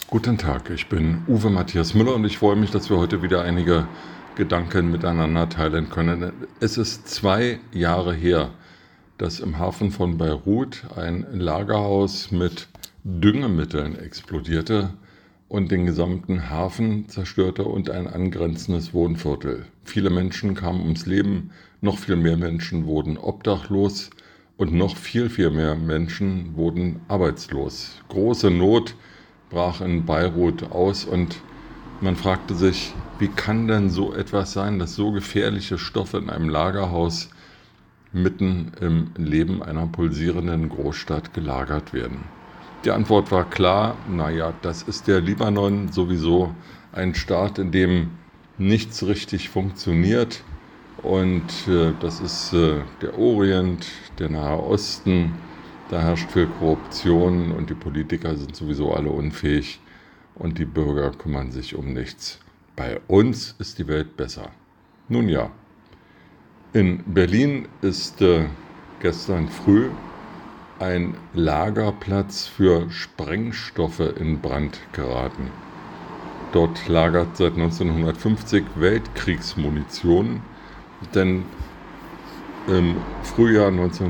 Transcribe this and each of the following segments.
Guten Tag, ich bin Uwe Matthias Müller und ich freue mich, dass wir heute wieder einige Gedanken miteinander teilen können. Es ist 2 Jahre her, dass im Hafen von Beirut ein Lagerhaus mit Düngemitteln explodierte und den gesamten Hafen zerstörte und ein angrenzendes Wohnviertel. Viele Menschen kamen ums Leben, noch viel mehr Menschen wurden obdachlos und noch viel mehr Menschen wurden arbeitslos. Große Not brach in Beirut aus und man fragte sich, wie kann denn so etwas sein, dass so gefährliche Stoffe in einem Lagerhaus mitten im Leben einer pulsierenden Großstadt gelagert werden? Die Antwort war klar, das ist der Libanon, sowieso ein Staat, in dem nichts richtig funktioniert, und das ist der Orient, der Nahe Osten. Da herrscht viel Korruption und die Politiker sind sowieso alle unfähig und die Bürger kümmern sich um nichts. Bei uns ist die Welt besser. Nun ja, in Berlin ist gestern früh ein Lagerplatz für Sprengstoffe in Brand geraten. Dort lagert seit 1950 Weltkriegsmunition, denn im Frühjahr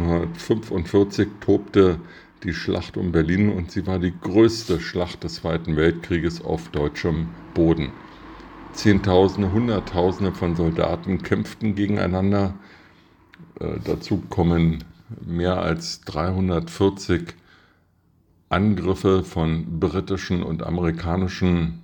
1945 tobte die Schlacht um Berlin und sie war die größte Schlacht des Zweiten Weltkrieges auf deutschem Boden. Zehntausende, Hunderttausende von Soldaten kämpften gegeneinander. Dazu kommen mehr als 340 Angriffe von britischen und amerikanischen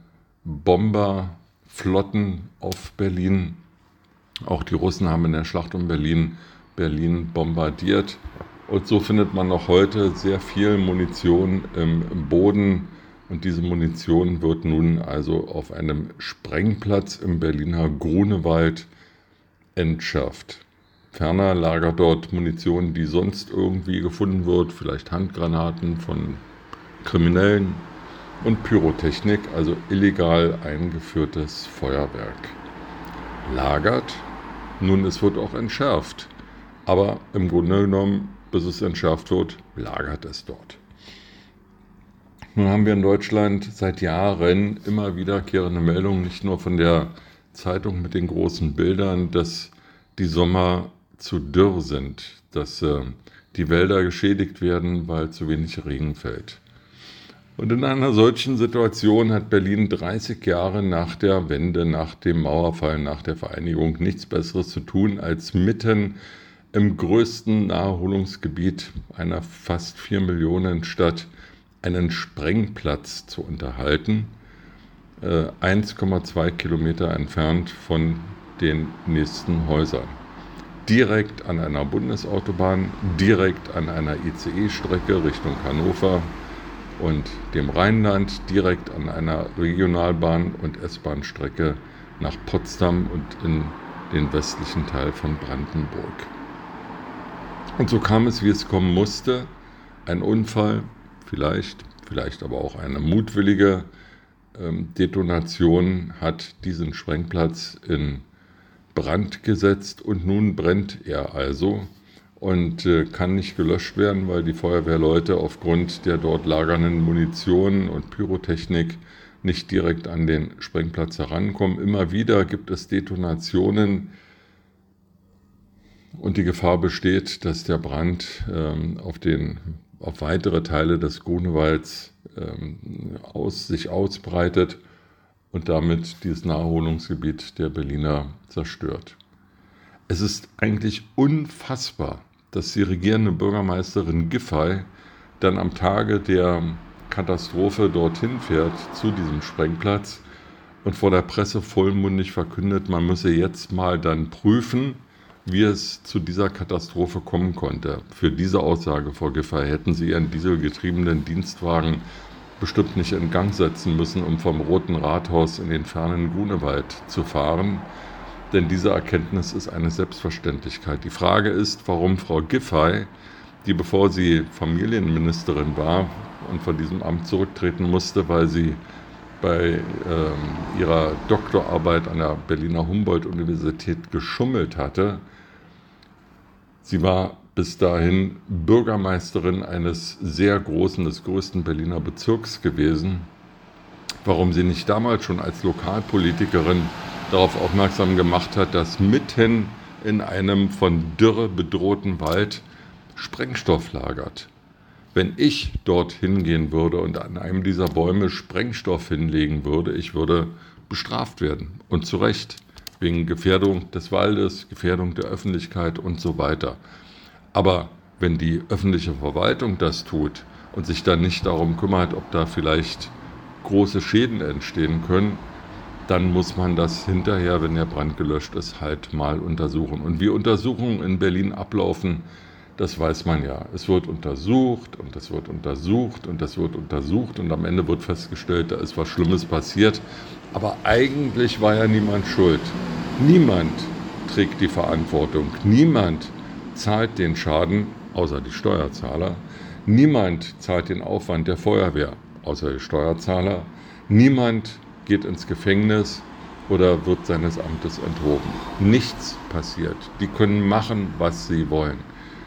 Bomberflotten auf Berlin. Auch die Russen haben in der Schlacht um Berlin bombardiert. Und so findet man noch heute sehr viel Munition im Boden. Und diese Munition wird nun also auf einem Sprengplatz im Berliner Grunewald entschärft. Ferner lagert dort Munition, die sonst irgendwie gefunden wird, vielleicht Handgranaten von Kriminellen und Pyrotechnik, also illegal eingeführtes Feuerwerk. Lagert, nun, es wird auch entschärft. Aber im Grunde genommen, bis es entschärft wird, lagert es dort. Nun haben wir in Deutschland seit Jahren immer wiederkehrende Meldungen, nicht nur von der Zeitung mit den großen Bildern, dass die Sommer zu dürr sind, dass die Wälder geschädigt werden, weil zu wenig Regen fällt. Und in einer solchen Situation hat Berlin 30 Jahre nach der Wende, nach dem Mauerfall, nach der Vereinigung nichts Besseres zu tun, als mitten im größten Naherholungsgebiet einer fast 4 Millionen Stadt einen Sprengplatz zu unterhalten, 1,2 Kilometer entfernt von den nächsten Häusern. Direkt an einer Bundesautobahn, direkt an einer ICE-Strecke Richtung Hannover und dem Rheinland, direkt an einer Regionalbahn- und S-Bahn-Strecke nach Potsdam und in den westlichen Teil von Brandenburg. Und so kam es, wie es kommen musste. Ein Unfall, vielleicht aber auch eine mutwillige Detonation hat diesen Sprengplatz in Brand gesetzt und nun brennt er also und kann nicht gelöscht werden, weil die Feuerwehrleute aufgrund der dort lagernden Munition und Pyrotechnik nicht direkt an den Sprengplatz herankommen. Immer wieder gibt es Detonationen und die Gefahr besteht, dass der Brand auf weitere Teile des Grunewalds sich ausbreitet und damit dieses Naherholungsgebiet der Berliner zerstört. Es ist eigentlich unfassbar, dass die regierende Bürgermeisterin Giffey dann am Tage der Katastrophe dorthin fährt, zu diesem Sprengplatz, und vor der Presse vollmundig verkündet, man müsse jetzt mal dann prüfen, wie es zu dieser Katastrophe kommen konnte. Für diese Aussage, Frau Giffey, hätten Sie Ihren dieselgetriebenen Dienstwagen bestimmt nicht in Gang setzen müssen, um vom Roten Rathaus in den fernen Grunewald zu fahren. Denn diese Erkenntnis ist eine Selbstverständlichkeit. Die Frage ist, warum Frau Giffey, die bevor sie Familienministerin war und von diesem Amt zurücktreten musste, weil sie bei ihrer Doktorarbeit an der Berliner Humboldt-Universität geschummelt hatte. Sie war bis dahin Bürgermeisterin eines sehr großen, des größten Berliner Bezirks gewesen. warum sie nicht damals schon als Lokalpolitikerin darauf aufmerksam gemacht hat, dass mitten in einem von Dürre bedrohten Wald Sprengstoff lagert. Wenn ich dort hingehen würde und an einem dieser Bäume Sprengstoff hinlegen würde, ich würde bestraft werden. Und zu Recht, wegen Gefährdung des Waldes, Gefährdung der Öffentlichkeit und so weiter. Aber wenn die öffentliche Verwaltung das tut und sich dann nicht darum kümmert, ob da vielleicht große Schäden entstehen können, dann muss man das hinterher, wenn der Brand gelöscht ist, halt mal untersuchen. Und wie Untersuchungen in Berlin ablaufen, das weiß man ja. Es wird untersucht und es wird untersucht und es wird untersucht und am Ende wird festgestellt, da ist was Schlimmes passiert. Aber eigentlich war ja niemand schuld. Niemand trägt die Verantwortung. Niemand zahlt den Schaden, außer die Steuerzahler. Niemand zahlt den Aufwand der Feuerwehr, außer die Steuerzahler. Niemand geht ins Gefängnis oder wird seines Amtes enthoben. Nichts passiert. Die können machen, was sie wollen.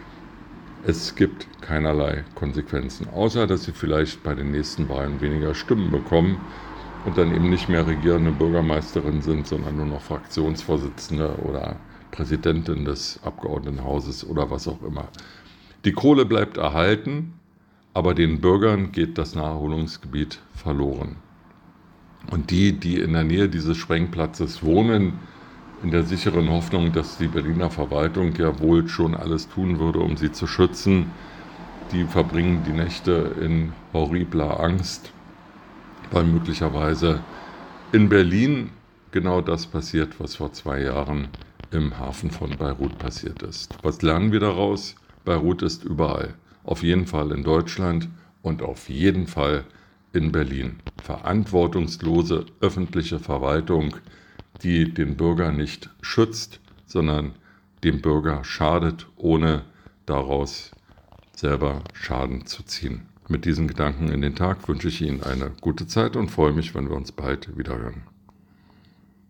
Es gibt keinerlei Konsequenzen, außer dass sie vielleicht bei den nächsten Wahlen weniger Stimmen bekommen und dann eben nicht mehr regierende Bürgermeisterin sind, sondern nur noch Fraktionsvorsitzende oder Präsidentin des Abgeordnetenhauses oder was auch immer. Die Kohle bleibt erhalten, aber den Bürgern geht das Naherholungsgebiet verloren. Und die in der Nähe dieses Sprengplatzes wohnen, in der sicheren Hoffnung, dass die Berliner Verwaltung ja wohl schon alles tun würde, um sie zu schützen, die verbringen die Nächte in horribler Angst, weil möglicherweise in Berlin genau das passiert, was vor 2 Jahren im Hafen von Beirut passiert ist. Was lernen wir daraus? Beirut ist überall. Auf jeden Fall in Deutschland und auf jeden Fall in Berlin. Verantwortungslose öffentliche Verwaltung, die den Bürger nicht schützt, sondern dem Bürger schadet, ohne daraus selber Schaden zu ziehen. Mit diesen Gedanken in den Tag wünsche ich Ihnen eine gute Zeit und freue mich, wenn wir uns bald wieder hören.